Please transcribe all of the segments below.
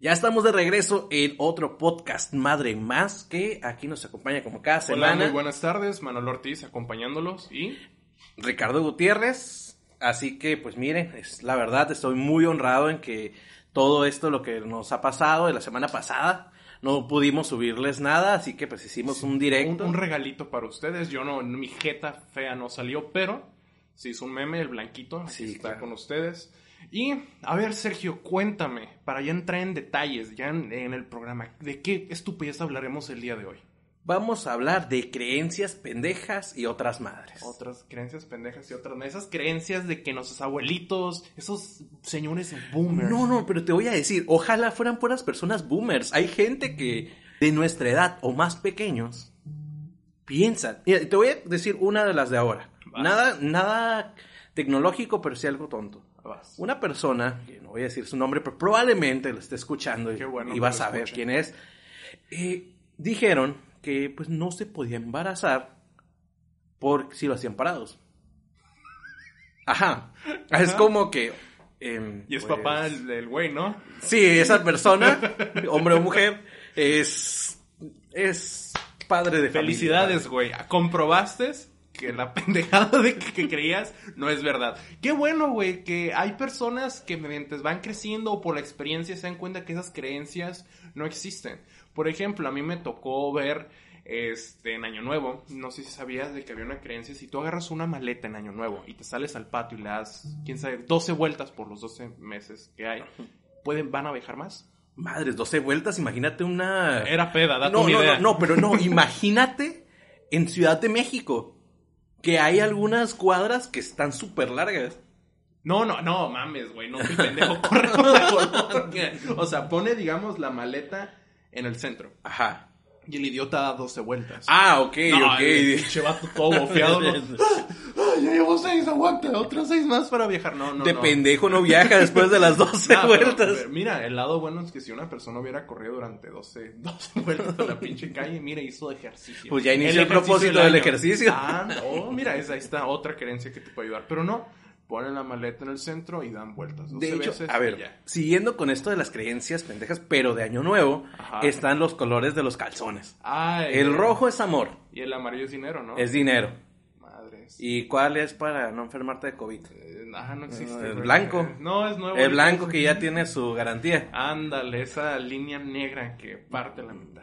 Ya estamos de regreso en otro podcast Madre Más, que aquí nos acompaña como cada semana. Hola, muy buenas tardes, Manuel Ortiz acompañándolos y... Ricardo Gutiérrez. Así que, pues miren, la verdad estoy muy honrado en que todo esto, lo que nos ha pasado de la semana pasada, no pudimos subirles nada, así que pues hicimos un directo. Un regalito para ustedes, mi jeta fea no salió, pero se hizo un meme, el blanquito, sí, está claro. con ustedes. Y, a ver, Sergio, cuéntame, para ya entrar en detalles, ya en el programa, ¿de qué estupidez hablaremos el día de hoy? Vamos a hablar de creencias pendejas y otras madres. Otras creencias pendejas y otras madres. Esas creencias de que nuestros abuelitos, esos señores boomers. No, pero te voy a decir, ojalá fueran puras personas boomers. Hay gente que de nuestra edad o más pequeños piensan. Mira, te voy a decir una de las de ahora. Nada tecnológico, pero sí algo tonto. Una persona, que no voy a decir su nombre, pero probablemente lo esté escuchando y va a saber quién es. Dijeron que pues no se podía embarazar por si lo hacían parados. Ajá. Es como que... y es pues... papá el güey, ¿no? Sí, esa persona, hombre o mujer, es padre de Felicidades, güey. ¿Comprobaste que la pendejada de que creías no es verdad? Qué bueno, güey, que hay personas que mediante van creciendo o por la experiencia se dan cuenta que esas creencias no existen. Por ejemplo, a mí me tocó ver en Año Nuevo, no sé si sabías de que había una creencia, si tú agarras una maleta en Año Nuevo y te sales al patio y le das, quién sabe, 12 vueltas por los 12 meses que hay, ¿van a viajar más? Madres, 12 vueltas, imagínate una... Era peda, date una idea. No, imagínate en Ciudad de México, que hay algunas cuadras que están súper largas. No, mames, güey, no soy pendejo, corre con la colonia. O sea, pone, digamos, la maleta en el centro. Ajá. Y el idiota da 12 vueltas. Ah, ok. El pinche vato todo bofeado, ¿no? Ya llevo 6, aguanta, otros 6 más para viajar. No. Pendejo no viaja después de las 12 vueltas. Pero, mira, el lado bueno es que si una persona hubiera corrido durante 12 vueltas a la pinche calle, mira, hizo ejercicio. Pues ya inició el propósito del ejercicio. Mira, ahí está otra creencia que te puede ayudar. Pero no. Ponen la maleta en el centro y dan vueltas 12 de hecho, veces. A ver, siguiendo con esto de las creencias pendejas, pero de Año Nuevo, están los colores de los calzones. El rojo es amor. Y el amarillo es dinero, ¿no? Es dinero. Madres. ¿Y cuál es para no enfermarte de COVID? No existe. El blanco. No, es nuevo. El blanco que ya tiene su garantía. Ándale, esa línea negra que parte la mitad.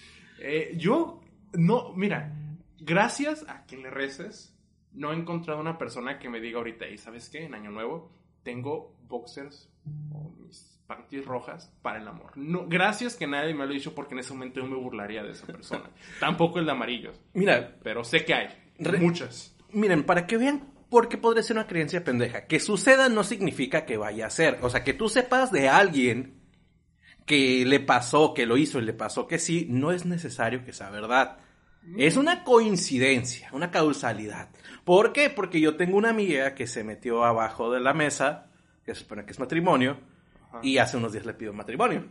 Mira, gracias a que le reces, no he encontrado una persona que me diga ahorita, ¿y sabes qué? En Año Nuevo tengo boxers o mis panties rojas para el amor. No, gracias que nadie me lo ha dicho porque en ese momento yo me burlaría de esa persona. Tampoco el de amarillos. Mira, pero sé que hay muchas. Miren, para que vean por qué podría ser una creencia pendeja. Que suceda no significa que vaya a ser. O sea, que tú sepas de alguien que le pasó, que lo hizo y le pasó que sí, no es necesario que sea verdad. Es una coincidencia, una causalidad. ¿Por qué? Porque yo tengo una amiga que se metió abajo de la mesa, que se supone que es matrimonio, y hace unos días le pidió matrimonio.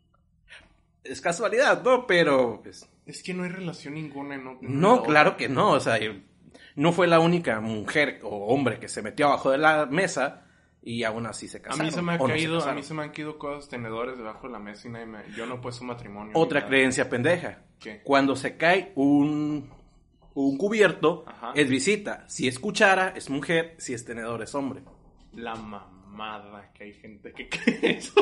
Es casualidad, ¿no? Pero... pues, es que no hay relación ninguna. No, claro que no. O sea, no fue la única mujer o hombre que se metió abajo de la mesa y aún así se casaron. A mí se me han caído cosas, tenedores debajo de la mesa y yo no he puesto matrimonio. Otra creencia pendeja. ¿Qué? Cuando se cae un cubierto, es visita. Si es cuchara, es mujer. Si es tenedor, es hombre. La mamada que hay gente que cree eso.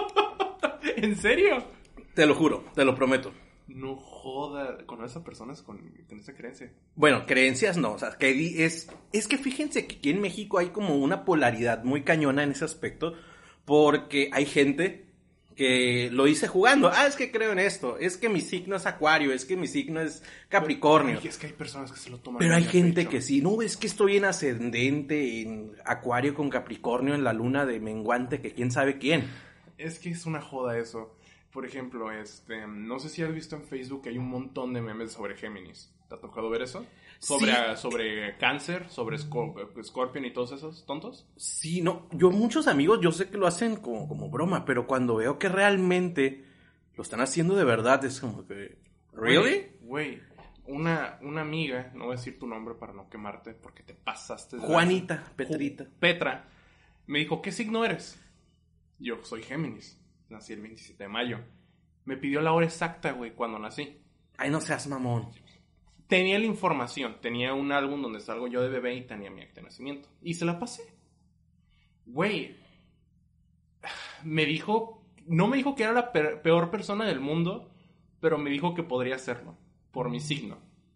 ¿En serio? Te lo juro, te lo prometo. No joda, ¿conoces a personas con esa creencia? Bueno, creencias no, o sea, que es que fíjense que aquí en México hay como una polaridad muy cañona en ese aspecto, porque hay gente que lo hice jugando. Es que creo en esto, es que mi signo es Acuario, es que mi signo es Capricornio. Es que hay personas que se lo toman. Pero hay gente que sí, no, es que estoy en ascendente, en Acuario con Capricornio, en la luna de menguante, que quién sabe quién. Es que es una joda eso. Por ejemplo, no sé si has visto en Facebook que hay un montón de memes sobre Géminis. ¿Te ha tocado ver eso? Sobre Cáncer, sobre Scorpion y todos esos tontos. Sí, no, muchos amigos, yo sé que lo hacen como broma, pero cuando veo que realmente lo están haciendo de verdad, es como que... ¿Really? Güey, una amiga, no voy a decir tu nombre para no quemarte, porque te pasaste de... Juanita, Petrita. Petra, me dijo, ¿qué signo eres? Yo, soy Géminis. nací el 27 de mayo. Me pidió la hora exacta, güey, cuando nací. Ay, no seas mamón. Tenía la información, tenía un álbum donde salgo yo de bebé y tenía mi acta de nacimiento. Y se la pasé. Güey, me dijo, no me dijo que era la peor persona del mundo, pero me dijo que podría hacerlo, por mi signo.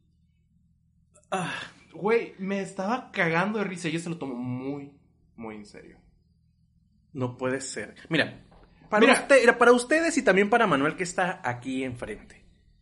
Güey, me estaba cagando de risa y yo se lo tomo muy, muy en serio. No puede ser. Mira, para ustedes y también para Manuel que está aquí enfrente.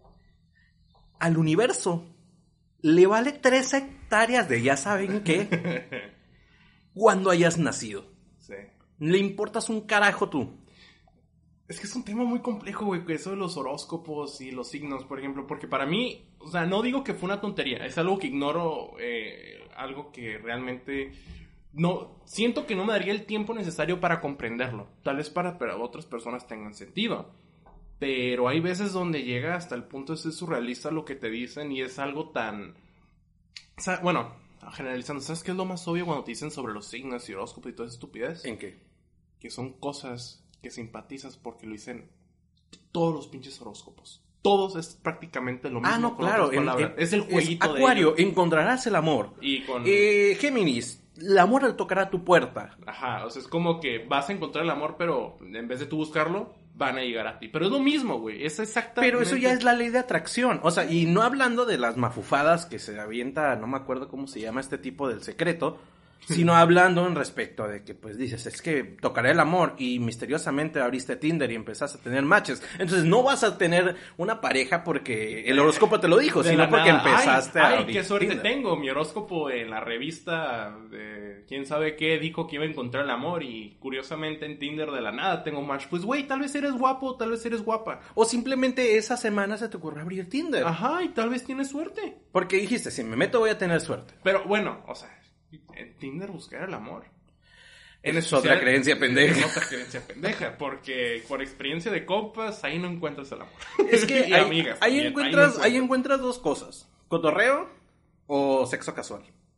Al universo le vale 3 hectáreas de ya saben qué cuando hayas nacido. Sí. Le importas un carajo tú. Es que es un tema muy complejo, güey, eso de los horóscopos y los signos, por ejemplo, porque para mí, o sea, no digo que fue una tontería, es algo que ignoro, algo que realmente no, siento que no me daría el tiempo necesario para comprenderlo, tal vez para otras personas tengan sentido, pero hay veces donde llega hasta el punto de ser surrealista lo que te dicen y es algo tan, o sea, bueno, generalizando, ¿sabes qué es lo más obvio cuando te dicen sobre los signos y horóscopos y toda esa estupidez? ¿En qué? Que son cosas que simpatizas porque lo dicen todos los pinches horóscopos. Todos es prácticamente lo mismo. No, claro. Es el jueguito de Acuario, encontrarás el amor. Y con... Géminis, el amor tocará tu puerta. Ajá, o sea, es como que vas a encontrar el amor, pero en vez de tú buscarlo, van a llegar a ti. Pero es lo mismo, güey. Es exactamente... Pero eso ya es la ley de atracción. O sea, y no hablando de las mafufadas que se avienta, no me acuerdo cómo se llama este tipo del secreto, sino hablando en respecto de que, pues, dices, es que tocará el amor y misteriosamente abriste Tinder y empezaste a tener matches. Entonces, no vas a tener una pareja porque el horóscopo te lo dijo, sino porque empezaste a abrir qué suerte Tinder. tengo. Mi horóscopo en la revista de quién sabe qué dijo que iba a encontrar el amor y curiosamente en Tinder de la nada tengo match. Pues, güey, tal vez eres guapo, tal vez eres guapa. O simplemente esa semana se te ocurrió abrir Tinder. Ajá, y tal vez tienes suerte. Porque dijiste, si me meto voy a tener suerte. Pero, bueno, o sea... En Tinder buscar el amor. Es otra creencia pendeja. Es otra creencia pendeja, porque por experiencia de compas, ahí no encuentras el amor. Es que y amigas. Ahí encuentras 2 cosas. ¿Cotorreo o sexo casual?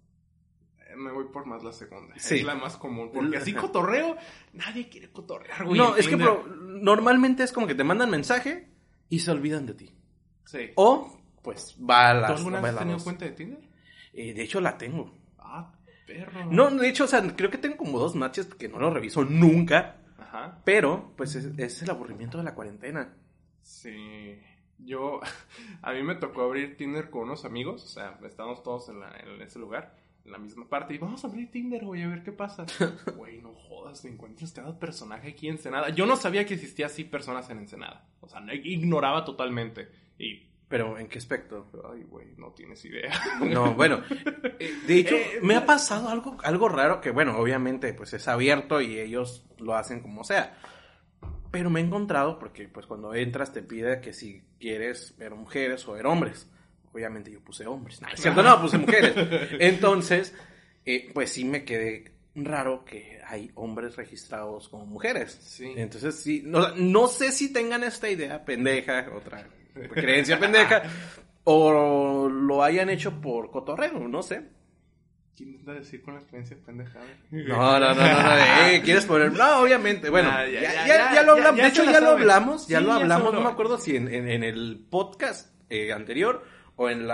Me voy por más la segunda. Sí. Es la más común. Porque así cotorreo, nadie quiere cotorrear, güey. No, es Tinder. Que normalmente es como que te mandan mensaje y se olvidan de ti. Sí. O, pues, va a las... ¿Tú alguna vez has tenido cuenta de Tinder? De hecho, la tengo. Perro. No, de hecho, o sea, creo que tengo como 2 matches que no lo reviso nunca. Ajá. Pero, pues, es el aburrimiento de la cuarentena. Sí. A mí me tocó abrir Tinder con unos amigos. O sea, estábamos todos en ese lugar, en la misma parte. Y vamos a abrir Tinder, güey, a ver qué pasa. Güey, no jodas, te encuentras cada personaje aquí en Ensenada. Yo no sabía que existía así personas en Ensenada. O sea, ignoraba totalmente. ¿Pero en qué aspecto? Ay, güey, no tienes idea. No, bueno, de hecho, me ha pasado algo raro que, bueno, obviamente, pues es abierto y ellos lo hacen como sea. Pero me he encontrado, porque pues cuando entras te pide que si quieres ver mujeres o ver hombres. Obviamente yo puse hombres. No, es cierto, no, puse mujeres. Entonces, pues sí me quedé raro que hay hombres registrados como mujeres. Sí. Entonces, sí, no sé si tengan esta idea pendeja, otra creencia pendeja, o lo hayan hecho por cotorreo, no sé. ¿Quién intenta decir con la creencia pendeja? No, ¿quieres poner? No, obviamente, bueno, ya lo hablamos, de hecho ya lo hablamos, no me acuerdo si en el podcast anterior o en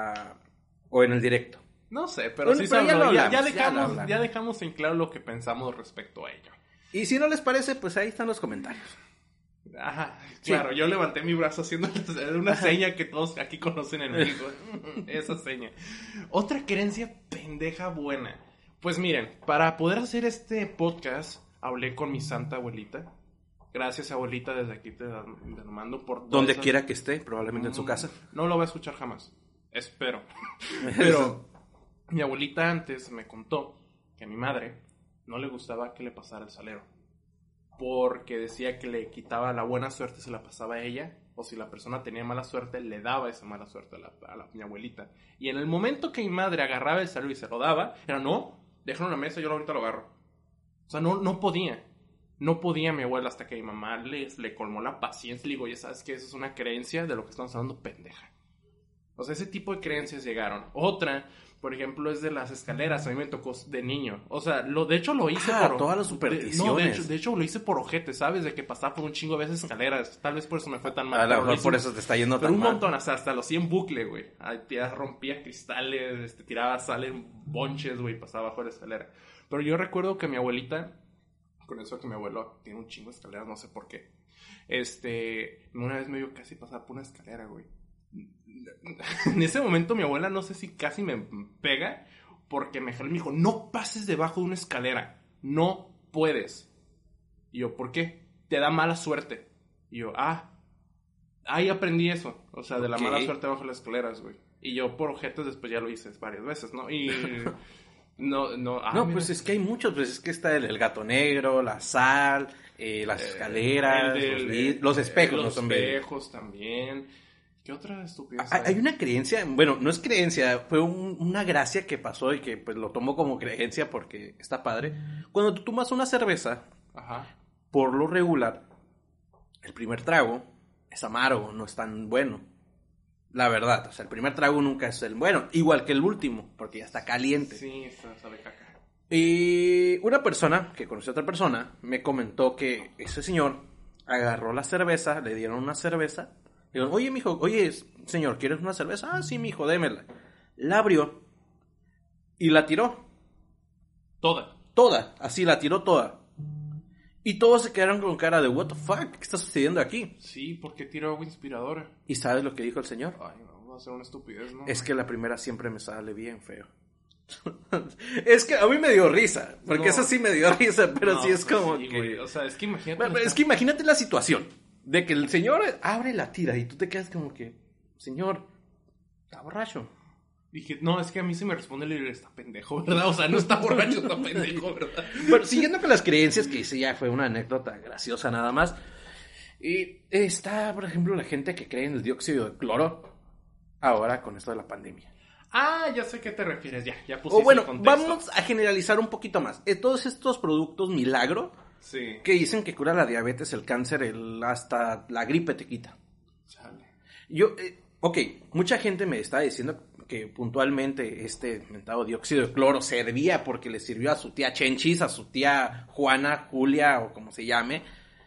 el directo. No sé, pero sí pero ya dejamos en claro lo que pensamos respecto a ello. Y si no les parece, pues ahí están los comentarios. Ajá, claro, sí. Yo levanté mi brazo haciendo una seña que todos aquí conocen en México. Esa seña. Otra creencia pendeja buena. Pues miren, para poder hacer este podcast, hablé con mi santa abuelita. Gracias, abuelita, desde aquí te lo mando por... Donde quiera que esté, probablemente en su casa. No lo voy a escuchar jamás, espero. Pero mi abuelita antes me contó que a mi madre no le gustaba que le pasara el salero. Porque decía que le quitaba la buena suerte, se la pasaba a ella, o si la persona tenía mala suerte, le daba esa mala suerte a mi abuelita. Y en el momento que mi madre agarraba el salero y se lo daba, era no, déjalo en la mesa, yo ahorita lo agarro. O sea, no podía. No podía mi abuela hasta que mi mamá le colmó la paciencia. Le digo, ya sabes que eso es una creencia de lo que estamos hablando, pendeja. O sea, ese tipo de creencias llegaron. Otra, por ejemplo, es de las escaleras. A mí me tocó de niño. O sea, de hecho lo hice por... todas las supersticiones. De hecho lo hice por ojete, ¿sabes? De que pasaba por un chingo de veces escaleras. Tal vez por eso me fue tan mal. A lo mejor por eso te está yendo pero tan un mal. montón, hasta lo hacía en bucle, güey. Rompía cristales, tiraba sal en bonches, güey, pasaba bajo la escalera. Pero yo recuerdo que mi abuelita, con eso que mi abuelo tiene un chingo de escaleras, no sé por qué. Una vez me vio casi pasar por una escalera, güey. En ese momento mi abuela no sé si casi me pega porque me jaló y me dijo, no pases debajo de una escalera, no puedes. Y yo, ¿por qué? Te da mala suerte. Y yo, ahí aprendí eso, o sea, de la mala suerte bajo las escaleras, güey. Y yo por objetos después ya lo hice varias veces, ¿no? Y pues es que hay muchos, pues es que está el gato negro, la sal, las escaleras, los espejos, los espejos también. ¿Qué otra estupidez hay? Hay una creencia, bueno, no es creencia, fue una gracia que pasó y que pues lo tomo como creencia porque está padre. Cuando tú tomas una cerveza, por lo regular, el primer trago es amargo, no es tan bueno. La verdad, o sea, el primer trago nunca es el bueno, igual que el último, porque ya está caliente. Sí, sabe caca. Y una persona que conoció a otra persona me comentó que ese señor agarró la cerveza, le dieron una cerveza. Digo, oye, señor, ¿quieres una cerveza? Ah, sí, mijo, démela. La abrió y la tiró. Toda, así la tiró toda. Y todos se quedaron con cara de, what the fuck, ¿qué está sucediendo aquí? Sí, porque tiró agua inspiradora. ¿Y sabes lo que dijo el señor? Ay, no, va a ser una estupidez, ¿no? Es que la primera siempre me sale bien feo. Es que a mí me dio risa, porque eso sí me dio risa, pero sí es como que... Güey. O sea, es que imagínate... Es que imagínate la situación. De que el señor abre la tira y tú te quedas como que, señor, está borracho. Dije, no, es que a mí se me responde el está pendejo, ¿verdad? O sea, no está borracho, está pendejo, ¿verdad? Bueno, siguiendo con las creencias, que sí ya fue una anécdota graciosa nada más. Y está, por ejemplo, la gente que cree en el dióxido de cloro, ahora con esto de la pandemia. Ya sé a qué te refieres, ya pusiste o bueno, el contexto. Vamos a generalizar un poquito más. Todos estos productos milagro... Sí. Que dicen que cura la diabetes, el cáncer, hasta la gripe te quita. Chale. Mucha gente me está diciendo que puntualmente este mentado dióxido de cloro servía porque le sirvió a su tía Chenchis, a su tía Juana, Julia o como se llame.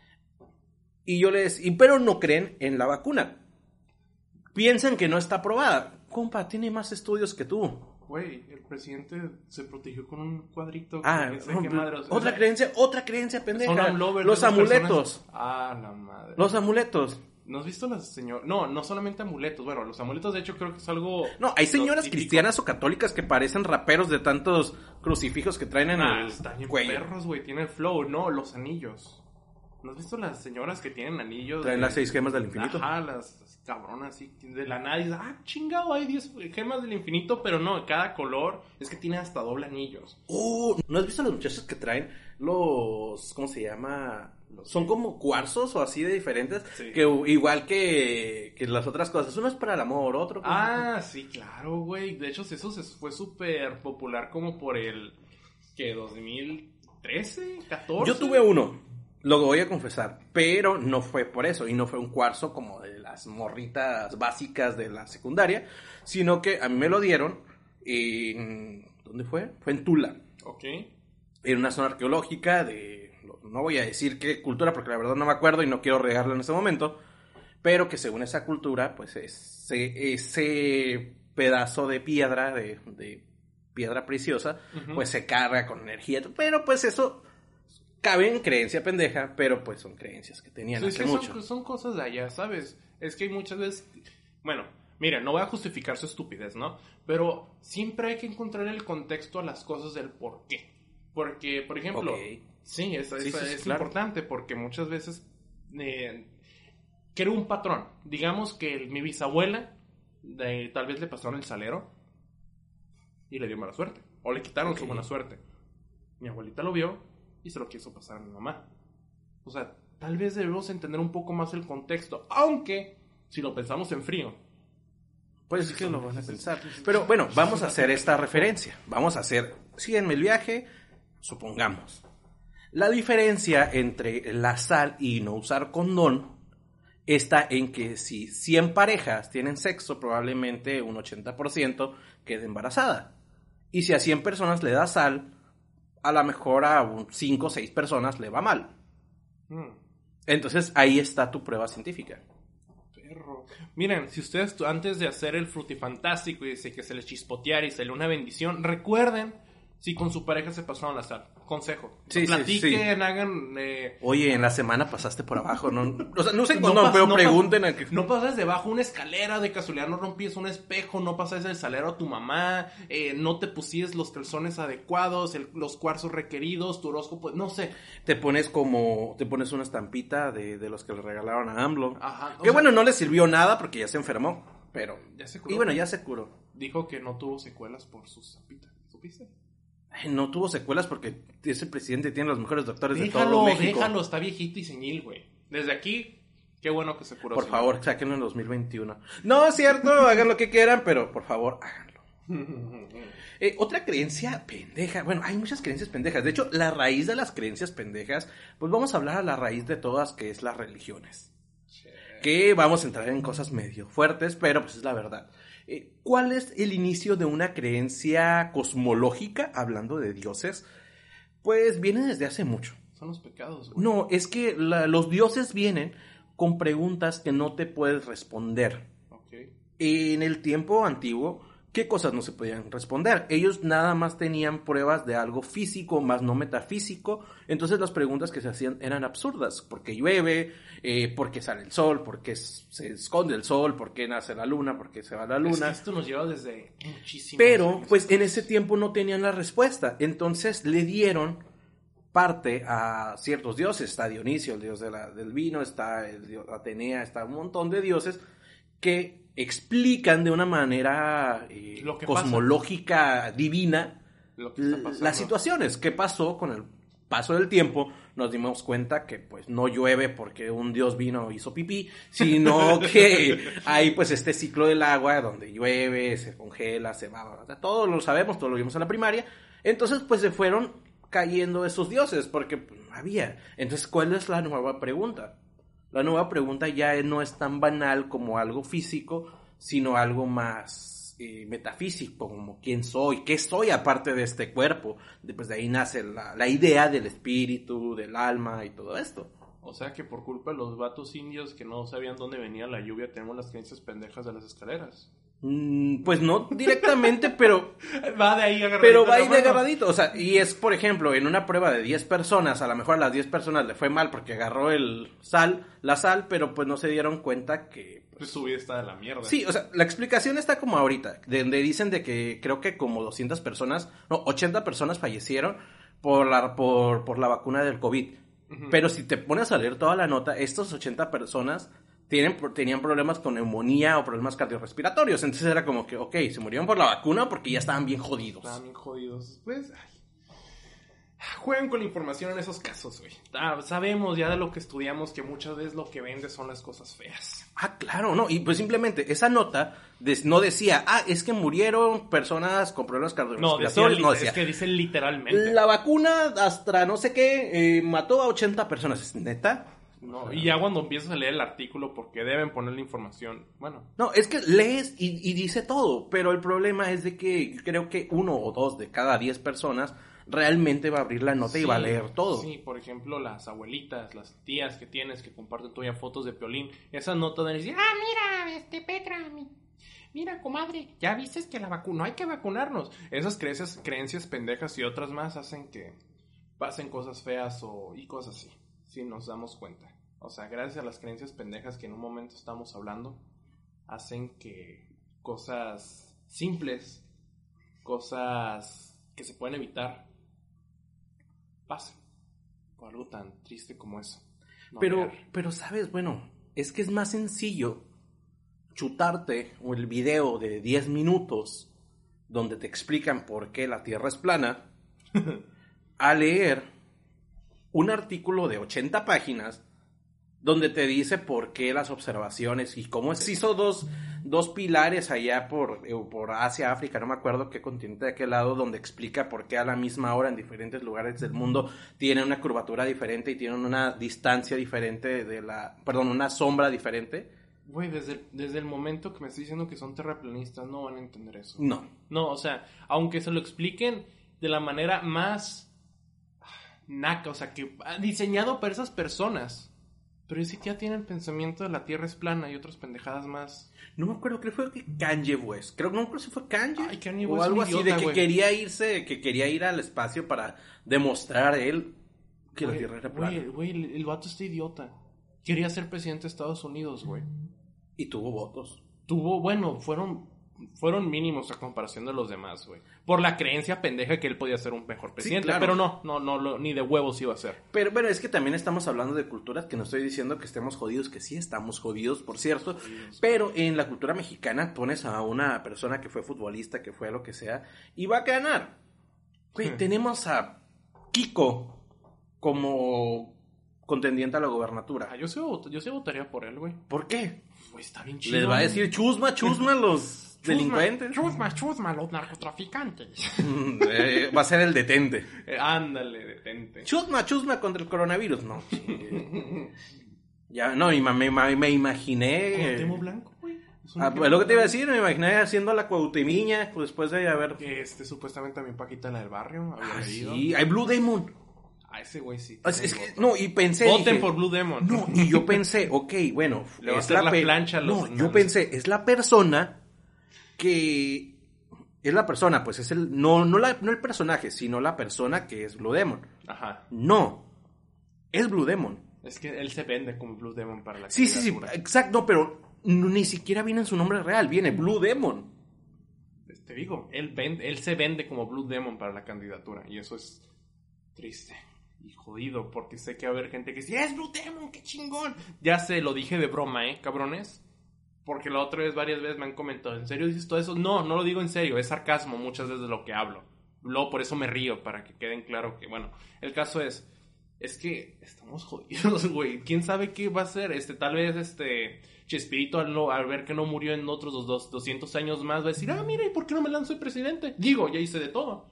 Pero no creen en la vacuna. Piensan que no está aprobada. Compa, tiene más estudios que tú. Güey, el presidente se protegió con un cuadrito. Otra creencia pendeja. Los amuletos. La madre. Los amuletos. ¿No has visto las señoras? No solamente amuletos. Bueno, los amuletos de hecho creo que es algo... No, hay señoras cristianas o católicas que parecen raperos de tantos crucifijos que traen en el cuello. Perros, güey, tienen flow. No, los anillos. ¿No has visto las señoras que tienen anillos? Traen las 6 gemas del infinito. Ajá, las cabronas así, de la nada. Y chingado, hay 10 gemas del infinito, pero no, cada color es que tiene hasta doble anillos. ¿No has visto a los muchachos que traen los... ¿Cómo se llama? Son como cuarzos o así de diferentes. Sí. Que igual que las otras cosas. Uno es para el amor, otro... Sí, claro, güey. De hecho, eso fue súper popular como por el... ¿Qué? ¿2013? ¿14? Yo tuve uno. Lo voy a confesar, pero no fue por eso, y no fue un cuarzo como de las morritas básicas de la secundaria, sino que a mí me lo dieron en... ¿Dónde fue? Fue en Tula. Ok. En una zona arqueológica no voy a decir qué cultura, porque la verdad no me acuerdo y no quiero regarlo en ese momento, pero que según esa cultura, pues ese pedazo de piedra, de piedra preciosa, pues se carga con energía, pero pues eso... Cabe en creencia pendeja, pero pues son creencias que tenían hace mucho. Son cosas de allá, ¿sabes? Es que hay muchas veces... Bueno, mira, no voy a justificar su estupidez, ¿no? Pero siempre hay que encontrar el contexto a las cosas del por qué. Porque, por ejemplo... Okay. Sí, es claro. Importante porque muchas veces... creo un patrón. Digamos que mi bisabuela tal vez le pasaron el salero y le dio mala suerte. O le quitaron su buena suerte. Mi abuelita lo vio y se lo quiso pasar a mi mamá. O sea, tal vez debemos entender un poco más el contexto, aunque si lo pensamos en frío, pues sí que lo vas a pensar. Pero bueno, vamos a hacer esta referencia. Vamos a hacer, síguenme el viaje, supongamos. La diferencia entre la sal y no usar condón está en que si 100 parejas tienen sexo, probablemente un 80% quede embarazada. Y si a 100 personas le da sal, a lo mejor a 5 o 6 personas le va mal. Entonces ahí está tu prueba científica. Perro. Miren, si ustedes antes de hacer el frutifantástico y dice que se les chispoteara y salió una bendición, recuerden si con su pareja se pasaron la sal. Consejo. Sí, platiquen, hagan... Oye, en la semana pasaste por abajo, ¿no? O sea, no sé cuándo, pero pregunten a que... No pasas debajo una escalera, de casualidad no rompías un espejo, no pasas el salero a tu mamá, no te pusías los calzones adecuados, los cuarzos requeridos, tu horóscopo, no sé. Te pones una estampita de los que le regalaron a AMLO. Ajá. Que bueno, no le sirvió nada porque ya se enfermó, pero... Ya se curó. Y bueno, ya se curó. Dijo que no tuvo secuelas por su estampita. ¿Supiste? No tuvo secuelas porque ese presidente tiene los mejores doctores de todo México. Déjalo, está viejito y senil, güey. Desde aquí, qué bueno que se curó. Por favor, sáquenlo en 2021. No, es cierto, hagan lo que quieran, pero por favor, háganlo. Otra creencia pendeja. Bueno, hay muchas creencias pendejas. De hecho, la raíz de las creencias pendejas, pues vamos a hablar a la raíz de todas, que es las religiones. Que vamos a entrar en cosas medio fuertes, pero pues es la verdad. ¿Cuál es el inicio de una creencia cosmológica, hablando de dioses? Pues viene desde hace mucho. Son los pecados, güey. No, es que los dioses vienen con preguntas que no te puedes responder. Okay. En el tiempo antiguo, ¿qué cosas no se podían responder? Ellos nada más tenían pruebas de algo físico, más no metafísico. Entonces las preguntas que se hacían eran absurdas. ¿Por qué llueve? ¿Por qué sale el sol? ¿Por qué se esconde el sol? ¿Por qué nace la luna? ¿Por qué se va la luna? Es que esto nos lleva desde muchísimo. Pero, años. pues en ese tiempo no tenían la respuesta. Entonces le dieron parte a ciertos dioses. Está Dionisio, el dios del vino, está el dios Atenea, está un montón de dioses que explican de una manera cosmológica, divina, lo que está pasando. las situaciones. ¿Qué pasó con el paso del tiempo? Nos dimos cuenta que pues no llueve porque un dios vino hizo pipí, sino que hay pues este ciclo del agua donde llueve, se congela, se va, todos lo sabemos, todos lo vimos en la primaria. Entonces pues se fueron cayendo esos dioses porque pues, no había. Entonces, ¿cuál es la nueva pregunta? La nueva pregunta ya no es tan banal como algo físico, sino algo más metafísico, como quién soy, qué soy aparte de este cuerpo. Pues de ahí nace la idea del espíritu, del alma y todo esto. O sea que por culpa de los vatos indios que no sabían dónde venía la lluvia, tenemos las creencias pendejas de las escaleras. Pues no directamente, pero va de ahí agarradito. Pero va ahí de agarradito, o sea, y es, por ejemplo, en una prueba de 10 personas, a lo mejor a las 10 personas le fue mal porque agarró la sal, pero pues no se dieron cuenta que... Pues su vida está de la mierda. Sí, o sea, la explicación está como ahorita, donde dicen de que creo que como 200 personas, no, 80 personas fallecieron por la vacuna del COVID. Uh-huh. Pero si te pones a leer toda la nota, estos 80 personas... tenían problemas con neumonía o problemas cardiorrespiratorios. Entonces era como que, ok, se murieron por la vacuna porque ya estaban bien jodidos. Pues, juegan con la información en esos casos, güey. Sabemos ya de lo que estudiamos que muchas veces lo que vende son las cosas feas. Claro, no. Y pues simplemente esa nota no decía, es que murieron personas con problemas cardiorrespiratorios. No, decía, es que dice literalmente. La vacuna hasta no sé qué mató a 80 personas. ¿Neta? No, y ya cuando empiezas a leer el artículo, porque deben poner la información, bueno. No, es que lees y dice todo, pero el problema es de que creo que 1 o 2 de cada 10 personas realmente va a abrir la nota y va a leer todo. Sí, por ejemplo, las abuelitas, las tías que tienes que comparten todavía fotos de Piolín, esa nota de decir, mira, Petra, mira, comadre, ya viste que la vacuna, no hay que vacunarnos. Esas creencias pendejas y otras más hacen que pasen cosas feas y cosas así. Si nos damos cuenta. O sea, gracias a las creencias pendejas que en un momento estamos hablando, hacen que cosas simples, cosas que se pueden evitar, pasen. Por algo tan triste como eso. Pero sabes, bueno, es que es más sencillo chutarte el video de 10 minutos donde te explican por qué la Tierra es plana a leer un artículo de 80 páginas donde te dice por qué las observaciones y cómo se hizo dos pilares allá por Asia, África, no me acuerdo qué continente de aquel lado, donde explica por qué a la misma hora en diferentes lugares del mundo tienen una curvatura diferente y tienen una distancia diferente una sombra diferente. Güey, desde el momento que me estoy diciendo que son terraplanistas, no van a entender eso. No. No, o sea, aunque se lo expliquen de la manera más naca, o sea, que diseñado para esas personas. Pero sí que ya tienen el pensamiento de la Tierra es plana y otras pendejadas más. No me acuerdo, creo que fue Kanye West. No me acuerdo si fue Kanye. Ay, Kanye o West algo es un así, idiota, de que güey. quería ir al espacio para demostrar a él que la Tierra era plana. Güey, el vato está idiota. Quería ser presidente de Estados Unidos, güey. Y tuvo votos. Fueron mínimos a comparación de los demás, güey. Por la creencia pendeja que él podía ser un mejor presidente. Sí, claro. Pero no, ni de huevos iba a ser. Pero bueno, es que también estamos hablando de culturas, que no estoy diciendo que estemos jodidos, que sí estamos jodidos, por cierto. Pero en la cultura mexicana pones a una persona que fue futbolista, que fue lo que sea, y va a ganar. Güey, tenemos a Kiko como contendiente a la gobernatura. Yo sí votaría por él, güey. ¿Por qué? Güey, está bien chido. Les va a decir chusma los delincuentes. Chusma, los narcotraficantes. Va a ser el detente. Ándale, detente. Chusma contra el coronavirus. No. Ya, no, me imaginé. Cuauhtémoc Blanco, güey. Pues lo que te iba a decir, me imaginé haciendo la Cuauhtemiña después de haber. Que supuestamente también Paquita, la del barrio, había leído. Sí, hay Blue Demon. A ese güey sí. Y pensé. Voten por Blue Demon. No, y yo pensé, ok, bueno. Le va a hacer la plancha a los yo pensé, es la persona que. Es la persona, pues es el. No el personaje, sino la persona que es Blue Demon. Ajá. No. Es Blue Demon. Es que él se vende como Blue Demon para la Sí, candidatura. exacto, pero ni siquiera viene en su nombre real, viene Blue Demon. Te digo, él se vende como Blue Demon para la candidatura, y eso es triste y jodido, porque sé que va a haber gente que dice, ¡es Blue Demon, qué chingón! Ya se lo dije de broma, cabrones, porque la otra vez, varias veces me han comentado, ¿en serio dices todo eso? No lo digo en serio, es sarcasmo muchas veces de lo que hablo. Luego por eso me río, para que queden claro que, bueno, el caso es que estamos jodidos, güey. ¿Quién sabe qué va a ser? Tal vez, Chespirito al ver que no murió en otros 200 años más, va a decir, mira, ¿y por qué no me lanzo de presidente? Digo, ya hice de todo.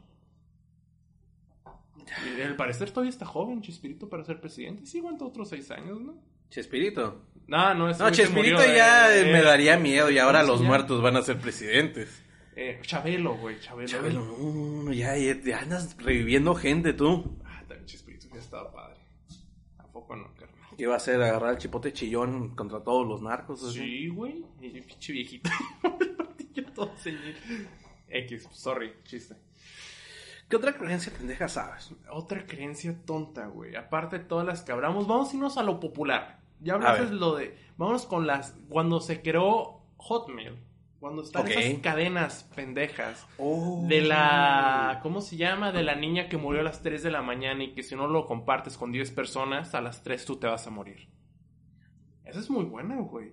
Y al parecer todavía está joven Chespirito para ser presidente. Sí, aguanta otros 6 años, ¿no? ¿Chespirito? No, Chespirito ya me daría miedo y ahora los muertos van a ser presidentes. Chabelo, güey, Chabelo. No, ya andas reviviendo gente tú. También Chespirito ya estaba padre. Tampoco no, carnal. ¿Qué iba a hacer? ¿Agarrar el chipote chillón contra todos los narcos? Sí, güey. Y pinche viejito. Todo señor. Sorry, chiste. ¿Qué otra creencia pendeja sabes? Otra creencia tonta, güey. Aparte de todas las que hablamos, vamos a irnos a lo popular. Ya hablaste lo de... Vámonos con cuando se creó Hotmail. Cuando están esas cadenas pendejas. De la... ¿Cómo se llama? De la niña que murió a las 3 de la mañana y que si no lo compartes con 10 personas, a las 3 tú te vas a morir. Esa es muy buena, güey.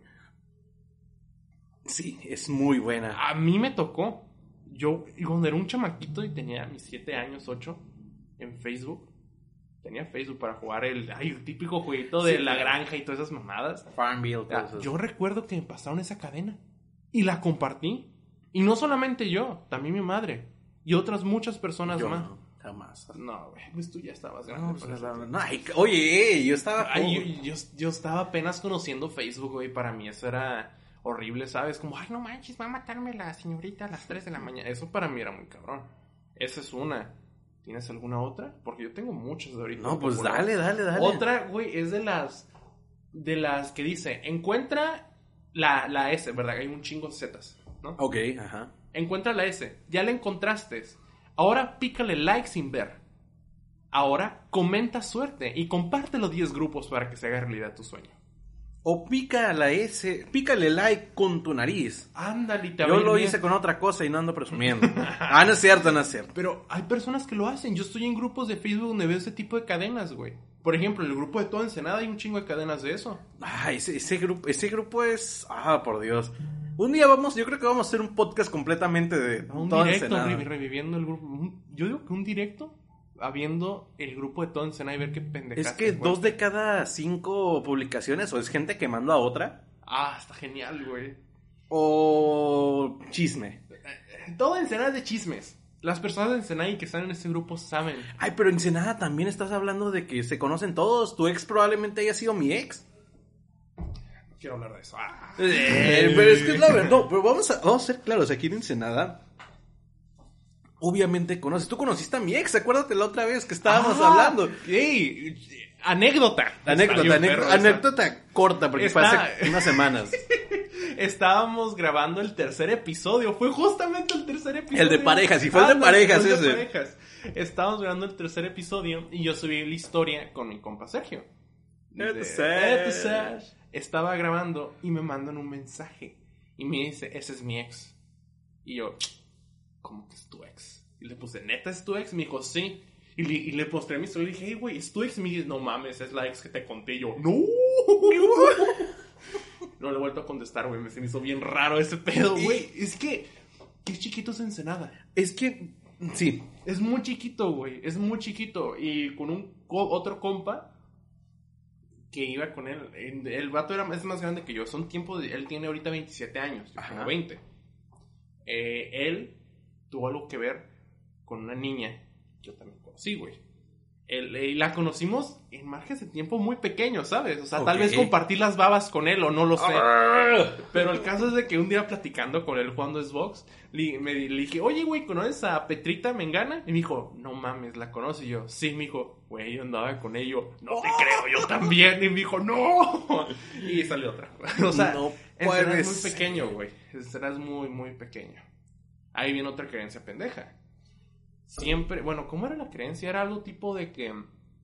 Sí, es muy buena. A mí me tocó. Yo, cuando era un chamaquito y tenía mis 7 años, 8, en Facebook. Tenía Facebook para jugar el típico jueguito de la granja y todas esas mamadas. Farmville. Yo recuerdo que me pasaron esa cadena. Y la compartí. Y no solamente yo, también mi madre. Y otras muchas personas más. No, jamás. No, güey, pues tú ya estabas grande. Oye, yo estaba... Yo estaba apenas conociendo Facebook, güey. Para mí eso era horrible, ¿sabes? Como, no manches, va a matarme la señorita a las 3 de la mañana. Eso para mí era muy cabrón. Esa es una. ¿Tienes alguna otra? Porque yo tengo muchas de ahorita. No, pues dale. Otra, güey, es de las que dice, encuentra la S, ¿verdad? Hay un chingo de Zetas, ¿no? Ok, ajá. Encuentra la S, ya la encontraste. Ahora pícale like sin ver. Ahora comenta suerte y compártelo 10 grupos para que se haga realidad tu sueño. O pica la S, pícale like con tu nariz. Ándale, yo lo hice con otra cosa y no ando presumiendo. No es cierto. Pero hay personas que lo hacen. Yo estoy en grupos de Facebook donde veo ese tipo de cadenas, güey. Por ejemplo, en el grupo de Toda Ensenada hay un chingo de cadenas de eso. Ese grupo es... por Dios. Un día yo creo que vamos a hacer un podcast completamente de un Toda directo, Ensenada. Reviviendo el grupo. Yo digo que un directo habiendo el grupo de todo Ensenada y ver qué pendejadas. Es que 2 de cada 5 publicaciones o es gente quemando a otra. Ah, está genial, güey. O chisme. Todo Ensenada es de chismes. Las personas de Ensenada y que están en este grupo saben. Ay, pero Ensenada también estás hablando de que se conocen todos. Tu ex probablemente haya sido mi ex. No quiero hablar de eso. Pero es que es la verdad. No, pero vamos a ser claros. Aquí en Ensenada, obviamente conoces. Tú conociste a mi ex. Acuérdate la otra vez que estábamos hablando. Hey, anécdota corta porque fue hace unas semanas. Estábamos grabando el tercer episodio. Fue justamente el tercer episodio. El de parejas, y fue el de parejas ese. De parejas. Estábamos grabando el tercer episodio y yo subí la historia con mi compa Sergio. Estaba grabando y me mandan un mensaje. Y me dice, ese es mi ex. Y yo, ¿cómo que es tu ex? Y le puse, ¿neta es tu ex? Me dijo, sí. Y le mostré mi historia y le dije, hey, güey, ¿es tu ex? Y me dice, no mames, es la ex que te conté. Y yo, ¡no! No le he vuelto a contestar, güey. Se me hizo bien raro ese pedo, güey. Es que, qué chiquito es Ensenada. Es que, sí. Es muy chiquito, güey. Es muy chiquito. Y con otro compa que iba con él. El vato es más grande que yo. Son tiempo él tiene ahorita 27 años. Yo tengo 20. Él tuvo algo que ver con una niña que yo también conocí, güey. Y la conocimos en margen de tiempo muy pequeños, ¿sabes? O sea, tal vez compartir las babas con él o no lo sé. Pero el caso es de que un día platicando con él jugando Xbox, le dije, oye, güey, ¿conoces a Petrita Mengana? Y me dijo, no mames, ¿la conoces? Y yo, sí, me dijo, güey, yo andaba con ello. No te creo, yo también. Y me dijo, no. Y salió otra. O sea, no Ensenada es muy pequeño, güey. Ensenada es muy, muy pequeño. Ahí viene otra creencia pendeja. Siempre, bueno, ¿cómo era la creencia? Era algo tipo de que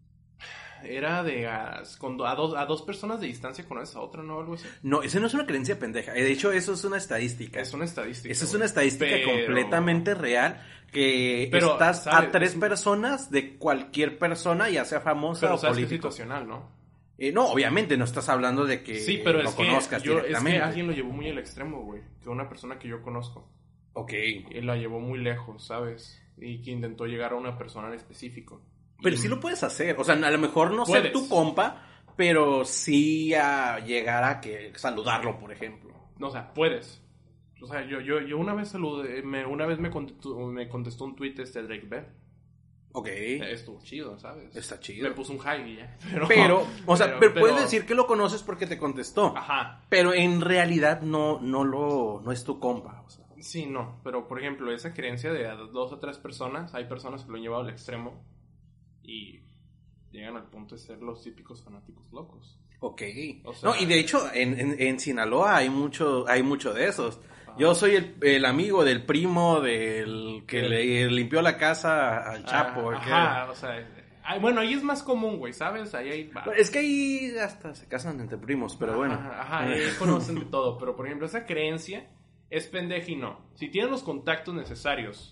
era de a dos personas de distancia conoces a otra, ¿no? Algo así. No, eso no es una creencia pendeja. De hecho, eso es una estadística. Es una estadística. Eso es una estadística completamente real. Pero estás a 3 personas de cualquier persona, ya sea famosa o política. Pero es situacional, ¿no? No, obviamente no estás hablando de que sí, pero lo conozcas directamente. Es que alguien lo llevó muy al extremo, güey. Que una persona que yo conozco. Ok. Y la llevó muy lejos, ¿sabes? Y que intentó llegar a una persona en específico. Pero sí lo puedes hacer. O sea, a lo mejor no ser tu compa, pero sí a llegar a saludarlo, por ejemplo. No, o sea, puedes. O sea, yo una vez saludé, una vez me contestó un tweet Drake Bell. Ok. Estuvo chido, ¿sabes? Está chido. Me puso un high y ya. Pero puedes decir que lo conoces porque te contestó. Ajá. Pero en realidad no es tu compa, o sea. Sí, no, pero por ejemplo, esa creencia de 2 o 3 personas, hay personas que lo han llevado al extremo y llegan al punto de ser los típicos fanáticos locos. Ok. O sea, no, y de hecho, en Sinaloa hay mucho de esos. Yo soy el amigo del primo del que le limpió la casa al Chapo. Ajá, o sea... Bueno, ahí es más común, güey, ¿sabes? Ahí hay... Es que ahí hasta se casan entre primos, pero bueno. Ajá, ahí conocen de todo. Pero, por ejemplo, esa creencia... es pendeja y no. Si tienen los contactos necesarios,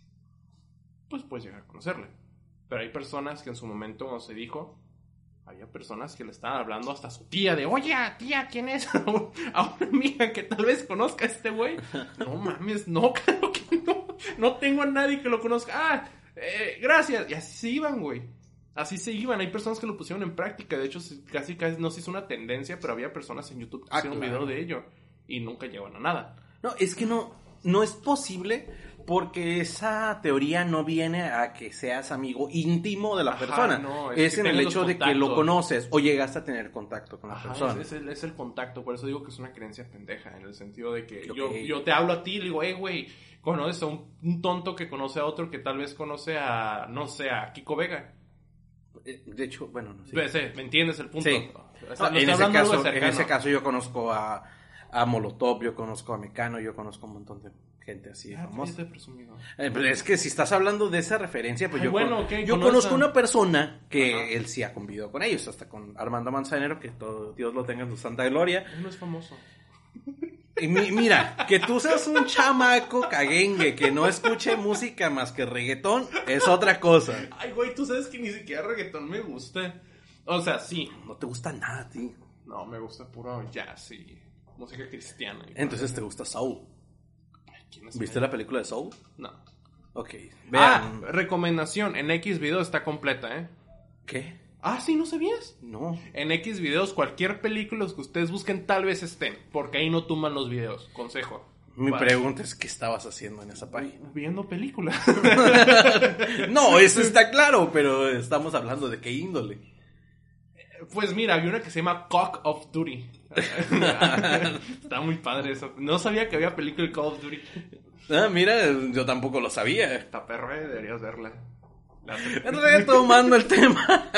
pues puedes llegar a conocerle. Pero hay personas que en su momento, cuando se dijo, había personas que le estaban hablando hasta a su tía de, oye, tía, ¿quién es? A una amiga que tal vez conozca a este güey. No mames, no, claro que no. No tengo a nadie que lo conozca. Gracias. Y así se iban, güey. Así se iban. Hay personas que lo pusieron en práctica. De hecho, casi no se hizo una tendencia, pero había personas en YouTube que hicieron un video de ello. Y nunca llegaron a nada. No, es que no es posible porque esa teoría no viene a que seas amigo íntimo de la persona. No, es en el hecho de que lo conoces o llegaste a tener contacto con la persona. Es el contacto, por eso digo que es una creencia pendeja, en el sentido de que yo te hablo a ti y le digo, güey, conoces a un tonto que conoce a otro que tal vez conoce a, no sé, a Kiko Vega. De hecho, bueno, no sé. ¿Me entiendes el punto? Sí. En ese caso yo conozco a Molotov, yo conozco a Mecano, yo conozco un montón de gente así famosa. Pero es que si estás hablando de esa referencia, pues yo conozco una persona que él sí ha convivido con ellos, hasta con Armando Manzanero, que todo Dios lo tenga en su santa gloria. Él no es famoso. Y mira, que tú seas un chamaco caguengue que no escuche música más que reggaetón es otra cosa. Ay, güey, tú sabes que ni siquiera reggaetón me gusta. O sea, sí. No te gusta nada a ti. No, me gusta puro jazz y música cristiana. Entonces te gusta Soul. ¿Viste la película de Soul? No. Ok, vean. Recomendación, en X videos está completa, ¿eh? ¿Qué? ¿Sí, no sabías? No. En X videos, cualquier película que ustedes busquen tal vez estén, porque ahí no tumban los videos, consejo. Mi pregunta es, ¿qué estabas haciendo en esa página? Viendo películas. No, eso está claro, pero estamos hablando de qué índole. Pues mira, había una que se llama Call of Duty. Está muy padre eso. No sabía que había película de Call of Duty. Mira, yo tampoco lo sabía. Esta perra, deberías verla. Retomando el tema.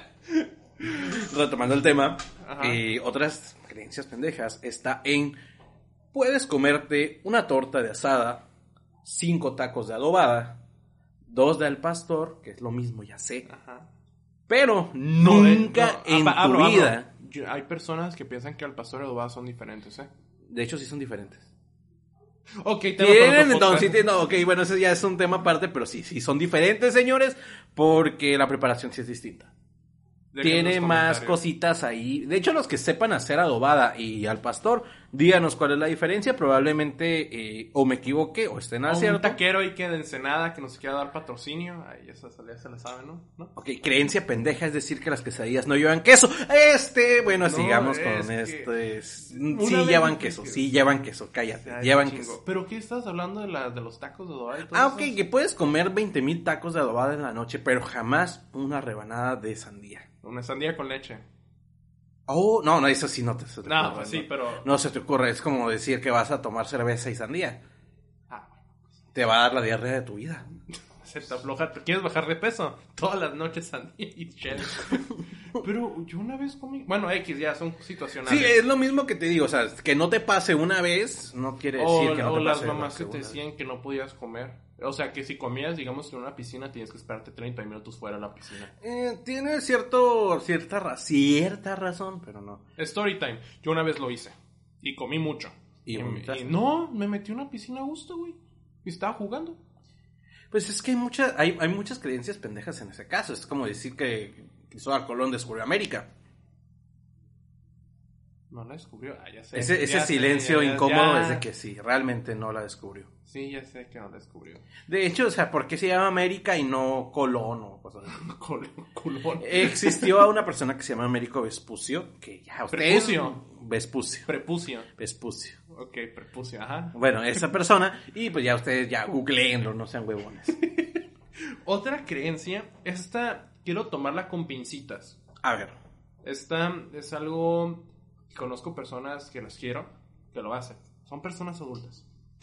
Retomando el tema. Otras creencias pendejas está en... Puedes comerte una torta de asada, 5 tacos de adobada, 2 de al pastor, que es lo mismo, ya sé. Ajá. Pero nunca en tu vida... Hay personas que piensan que al pastor y adobada son diferentes, ¿eh? De hecho, sí son diferentes. Ok, bueno, ese ya es un tema aparte, pero sí son diferentes, señores, porque la preparación sí es distinta. Tiene más cositas ahí. De hecho, los que sepan hacer adobada y al pastor, díganos cuál es la diferencia. Probablemente o me equivoque o estén al cierto. Un taquero ahí que de Ensenada que nos quiera dar patrocinio. Ahí esa salida se la sabe, ¿no? Ok, creencia pendeja es decir que las quesadillas no llevan queso. Bueno, sigamos con este. Sí llevan queso, cállate. Llevan queso. ¿Pero qué estás hablando de los tacos de adobada y todo eso? Ok, que puedes comer 20,000 tacos de adobada en la noche, pero jamás una rebanada de sandía. Una sandía con leche. No, eso sí no te ocurre. No, pues sí, pero... No se te ocurre, es como decir que vas a tomar cerveza y sandía. Te va a dar la diarrea de tu vida. Se te afloja, ¿quieres bajar de peso? Todas las noches sandía y chela. Pero yo una vez comí... Bueno, X ya, son situacionales. Sí, es lo mismo que te digo, o sea, que no te pase una vez, no quiere decir que no te pase. O las mamás que te decían que no podías comer. O sea, que si comías, digamos, en una piscina, tienes que esperarte 30 minutos fuera de la piscina. Tiene cierta razón, pero no. Story time. Yo una vez lo hice. Y comí mucho. Y no, me metí en una piscina a gusto, güey. Y estaba jugando. Pues es que hay muchas creencias pendejas en ese caso. Es como decir que Cristóbal Colón descubrió América. No la descubrió. Ya sé. Ese silencio incómodo es de que sí, realmente no la descubrió. Sí, ya sé que no la descubrió. De hecho, o sea, ¿por qué se llama América y no Colón o cosas así? Colón. Existió a una persona que se llama Américo Vespucio, que ya ustedes... Vespucio. Ok, prepucio, ajá. Bueno, esa persona, y pues ya ustedes ya googleenlo, no sean huevones. Otra creencia, quiero tomarla con pincitas. A ver. Esta es algo... Conozco personas que las quiero, que lo hacen. Son personas adultas.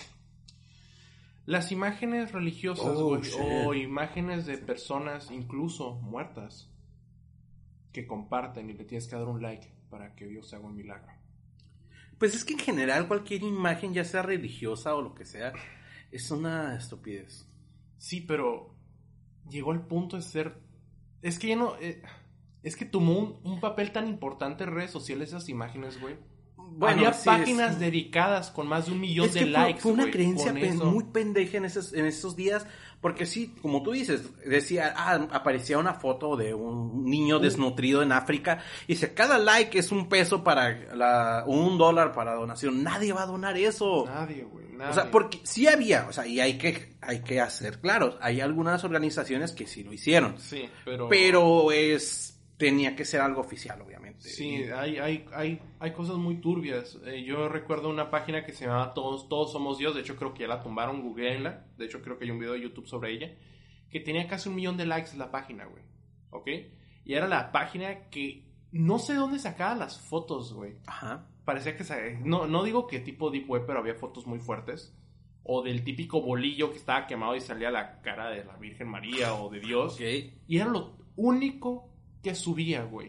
Las imágenes religiosas o imágenes de personas incluso muertas que comparten y le tienes que dar un like para que Dios haga un milagro. Pues es que en general cualquier imagen, ya sea religiosa o lo que sea, es una estupidez. Sí, pero llegó al punto de ser... Es que ya no... Es que tomó un papel tan importante en redes sociales esas imágenes, güey. Bueno, había páginas dedicadas con más de 1 millón de likes. Fue una creencia muy pendeja en esos días. Porque sí, como tú dices, aparecía una foto de un niño desnutrido en África. Y dice, cada like es $1 para $1 para donación. Nadie va a donar eso. Nadie, güey. O sea, porque sí había, o sea, y hay que hacer claro, hay algunas organizaciones que sí lo hicieron. Sí, pero tenía que ser algo oficial, obviamente. Sí, hay cosas muy turbias. Yo recuerdo una página que se llamaba Todos Somos Dios. De hecho, creo que ya la tumbaron, googleenla. De hecho, creo que hay un video de YouTube sobre ella. Que tenía casi 1 millón de likes en la página, güey. ¿Ok? Y era la página que no sé dónde sacaba las fotos, güey. Ajá. Parecía que... No digo que tipo Deep Web, pero había fotos muy fuertes. O del típico bolillo que estaba quemado y salía la cara de la Virgen María o de Dios. Okay. Y era lo único que subía, güey.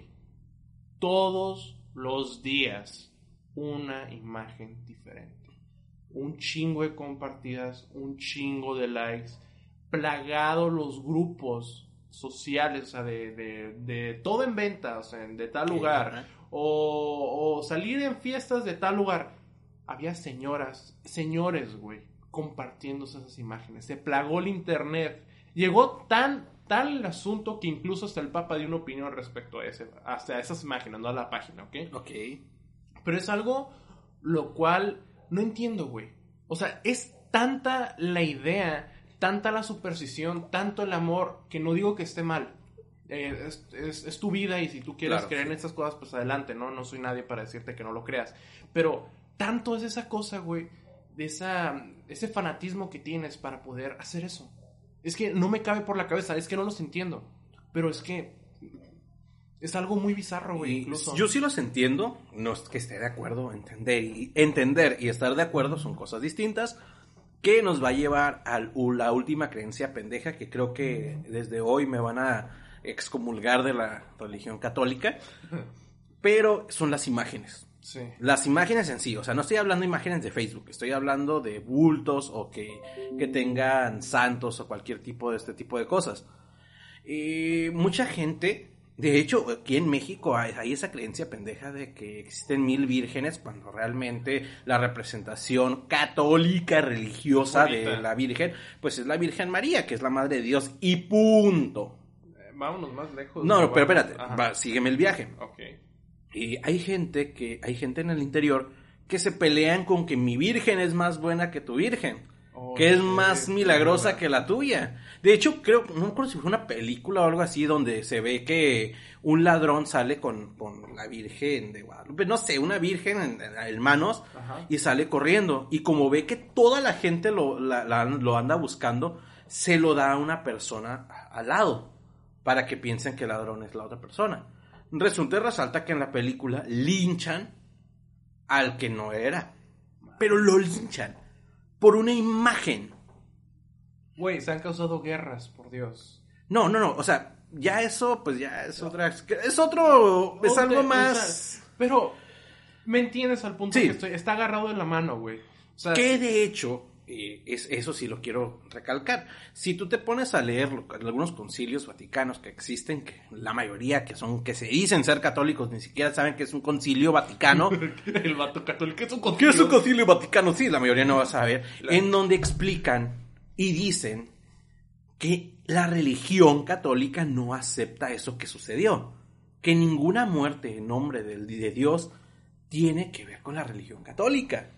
Todos los días una imagen diferente. Un chingo de compartidas, un chingo de likes, plagado los grupos sociales, o sea, de todo en venta, o sea, de tal lugar, o salir en fiestas de tal lugar. Había señores, güey, compartiendo esas imágenes. Se plagó el internet. Llegó tal el asunto que incluso hasta el Papa dio una opinión respecto a esas imágenes, no a la página, ¿ok? Ok. Pero es algo lo cual no entiendo, güey. O sea, es tanta la idea tanta la superstición, tanto el amor, que no digo que esté mal. Es tu vida y si tú quieres creer en estas cosas, pues adelante, ¿no? No soy nadie para decirte que no lo creas. Pero tanto es esa cosa, güey, de ese fanatismo que tienes para poder hacer eso. Es que no me cabe por la cabeza, es que no los entiendo. Pero es que es algo muy bizarro, güey, incluso. Yo sí los entiendo, no es que esté de acuerdo, entender y estar de acuerdo son cosas distintas, que nos va a llevar a la última creencia pendeja, que creo que desde hoy me van a excomulgar de la religión católica, pero son las imágenes. Sí. Las imágenes en sí, o sea, no estoy hablando de imágenes de Facebook, estoy hablando de bultos o que tengan santos o cualquier tipo de este tipo de cosas. Mucha gente, de hecho, aquí en México hay esa creencia pendeja de que existen 1000 vírgenes cuando realmente la representación católica religiosa de la Virgen, pues es la Virgen María, que es la Madre de Dios y punto. Vámonos más lejos. No, pero espérate, sígueme el viaje. Ok. Y hay gente en el interior que se pelean con que mi virgen es más buena que tu virgen, que es más milagrosa que la tuya. De hecho, no me acuerdo si fue una película o algo así donde se ve que un ladrón sale con la Virgen de Guadalupe, no sé, una virgen en manos, y sale corriendo. Y como ve que toda la gente lo anda buscando, se lo da a una persona al lado, para que piensen que el ladrón es la otra persona. Resulta y resalta que en la película linchan al que no era. Pero lo linchan por una imagen. Güey, se han causado guerras, por Dios. No, o sea, ya eso, pues ya es otra... Es algo más... pero, ¿me entiendes al punto que está agarrado de la mano, güey? O sea, que de hecho... eso sí lo quiero recalcar. Si tú te pones a leer algunos concilios vaticanos que existen, que la mayoría que se dicen ser católicos ni siquiera saben que es un concilio vaticano. El vato católico es un concilio. ¿Qué es un concilio vaticano? Sí, la mayoría no va a saber. En donde explican y dicen que la religión católica no acepta eso que sucedió. Que ninguna muerte en nombre de Dios tiene que ver con la religión católica.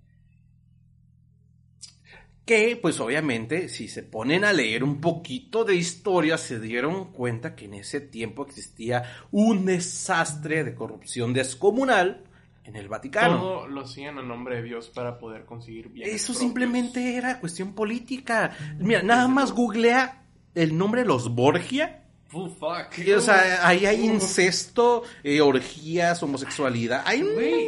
Que, pues obviamente, si se ponen a leer un poquito de historia, se dieron cuenta que en ese tiempo existía un desastre de corrupción descomunal en el Vaticano. Todo lo hacían a nombre de Dios para poder conseguir bienes Eso propios. simplemente era cuestión política. Mira, nada más googlea el nombre de los Borgia. Fuck. O sea, ahí hay incesto, orgías, homosexualidad. Hay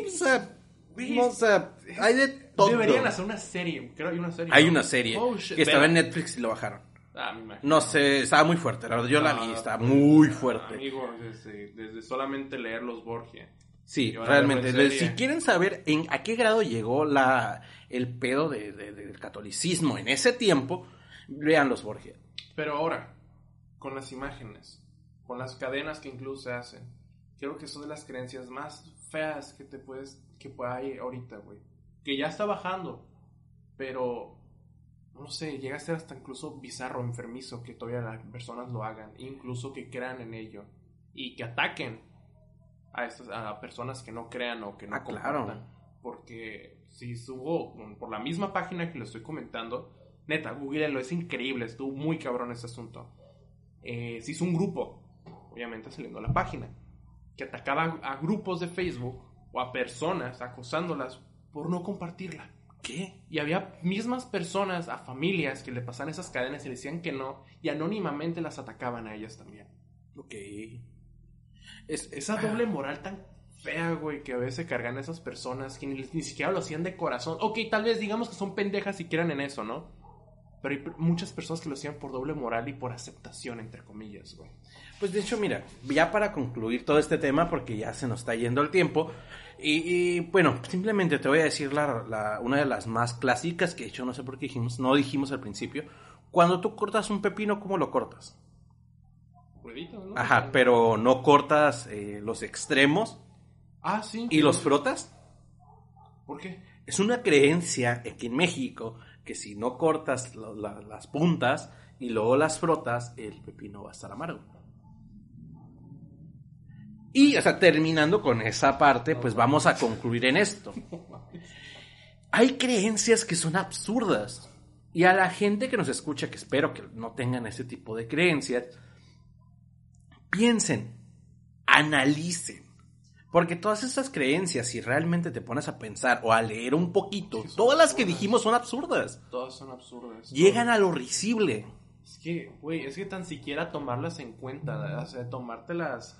hay de todo. Deberían hacer una serie. Creo que hay una serie. Hay una serie que estaba en Netflix y lo bajaron. Me imagino. No sé, estaba muy fuerte. La verdad, yo la vi, estaba muy fuerte. Amigo, desde solamente leer los Borgia. Sí, realmente. Si quieren saber a qué grado llegó el pedo del catolicismo en ese tiempo, lean los Borgia. Pero ahora, con las imágenes, con las cadenas que incluso se hacen, creo que son de las creencias más feas que hay ahorita, güey. Que ya está bajando, pero no sé, llega a ser hasta incluso bizarro, enfermizo que todavía las personas lo hagan, incluso que crean en ello y que ataquen a personas que no crean o que no compartan. Claro. Porque si subo por la misma página que lo estoy comentando, neta, googleenlo, es increíble, estuvo muy cabrón ese asunto. Se hizo un grupo, obviamente saliendo a la página, que atacaba a grupos de Facebook o a personas acosándolas por no compartirla. ¿Qué? Y había mismas personas, a familias que le pasaban esas cadenas y le decían que no, y anónimamente las atacaban a ellas también. Ok. Esa doble moral tan fea, güey, que a veces cargan esas personas que ni siquiera lo hacían de corazón. Ok, tal vez digamos que son pendejas y quieran en eso, ¿no? Pero hay muchas personas que lo hacían por doble moral y por aceptación, entre comillas, güey. Pues de hecho, mira, ya para concluir todo este tema, porque ya se nos está yendo el tiempo, y bueno, simplemente te voy a decir una de las más clásicas, que de hecho no sé por qué no dijimos al principio. Cuando tú cortas un pepino, ¿cómo lo cortas? Rueditas, ¿no? Ajá, pero no cortas los extremos. Ah, sí. ¿Y los frotas? ¿Por qué? Es una creencia aquí en México que si no cortas las puntas y luego las frotas, el pepino va a estar amargo. Y, o sea, terminando con esa parte, pues vamos a concluir en esto. Hay creencias que son absurdas. Y a la gente que nos escucha, que espero que no tengan ese tipo de creencias, piensen, analicen. Porque todas estas creencias, si realmente te pones a pensar o a leer un poquito, todas las que dijimos son absurdas. Todas son absurdas. Llegan a lo risible. Es que, güey, es que tan siquiera tomarlas en cuenta, o sea, tomártelas...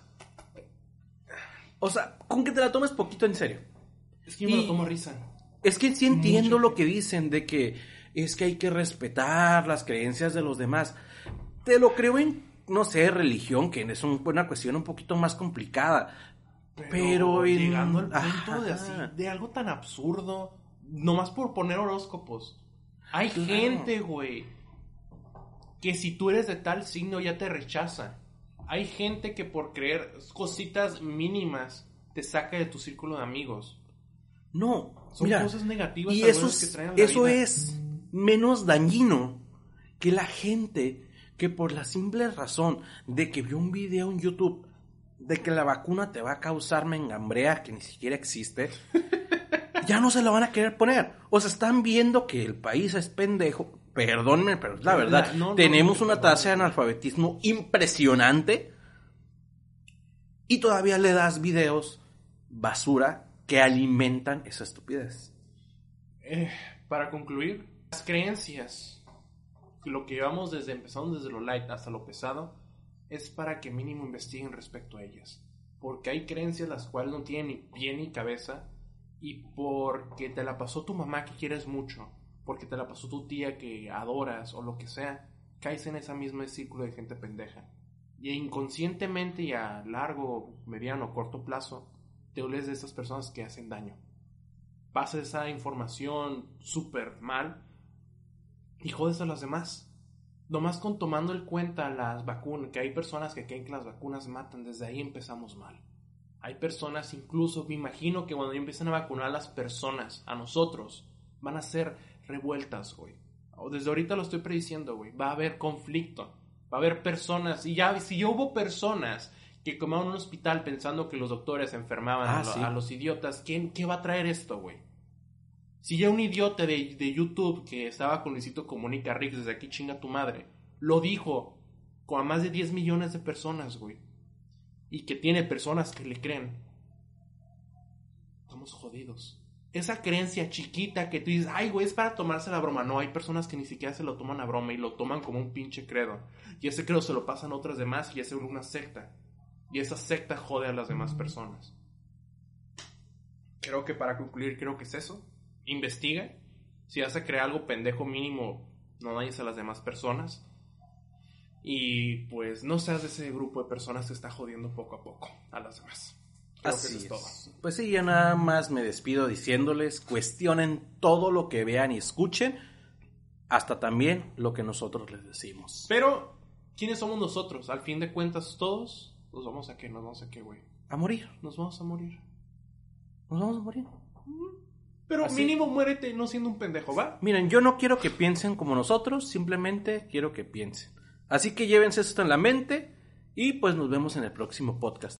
O sea, con que te la tomes poquito en serio. Es que yo me lo tomo risa. Es que sí entiendo lo que dicen de que es que hay que respetar las creencias de los demás. Te lo creo en, no sé, religión, que es una cuestión un poquito más complicada. Pero llegando al punto de algo tan absurdo, nomás por poner horóscopos. Hay gente, güey, que si tú eres de tal signo ya te rechaza. Hay gente que por creer cositas mínimas te saca de tu círculo de amigos. No, son cosas negativas. Y eso es menos dañino que la gente que por la simple razón de que vio un video en YouTube de que la vacuna te va a causar mengambrea que ni siquiera existe, ya no se la van a querer poner. O sea, están viendo que el país es pendejo. Perdónenme, pero es la verdad. Tenemos una tasa de analfabetismo impresionante y todavía le das videos basura que alimentan esa estupidez. Para concluir, las creencias, lo que llevamos empezando desde lo light hasta lo pesado, es para que mínimo investiguen respecto a ellas. Porque hay creencias las cuales no tienen ni pie ni cabeza, y porque te la pasó tu mamá que quieres mucho, porque te la pasó tu tía que adoras o lo que sea, caes en ese mismo círculo de gente pendeja. Y inconscientemente y a largo, mediano o corto plazo, te olvides de esas personas que hacen daño. Pasas esa información súper mal y jodes a las demás. Nomás con tomando en cuenta las vacunas, que hay personas que creen que las vacunas matan, desde ahí empezamos mal. Hay personas, incluso me imagino que cuando empiezan a vacunar a las personas, a nosotros, van a ser revueltas, güey. Desde ahorita lo estoy prediciendo, güey. Va a haber conflicto. Va a haber personas. Y ya, si ya hubo personas que comaron en un hospital pensando que los doctores enfermaban a los idiotas, ¿qué va a traer esto, güey? Si ya un idiota de YouTube que estaba con Luisito Comunica Rix, desde aquí chinga tu madre, lo dijo con a más de 10 millones de personas, güey. Y que tiene personas que le creen. Estamos jodidos. Esa creencia chiquita que tú dices, ay, güey, es para tomarse la broma. No, hay personas que ni siquiera se lo toman a broma y lo toman como un pinche credo. Y ese credo se lo pasan a otras demás y hace una secta. Y esa secta jode a las demás personas. Creo que para concluir, creo que es eso. Investiga. Si vas a crear algo pendejo mínimo, no dañes a las demás personas. Y pues no seas de ese grupo de personas que está jodiendo poco a poco a las demás. Creo que eso es todo. Pues sí, ya nada más me despido diciéndoles, cuestionen todo lo que vean y escuchen, hasta también lo que nosotros les decimos. Pero, ¿quiénes somos nosotros? Al fin de cuentas, todos nos vamos a qué, güey. A morir. Nos vamos a morir. Nos vamos a morir. Pero así, mínimo muérete no siendo un pendejo, ¿va? Miren, yo no quiero que piensen como nosotros, simplemente quiero que piensen. Así que llévense esto en la mente y pues nos vemos en el próximo podcast.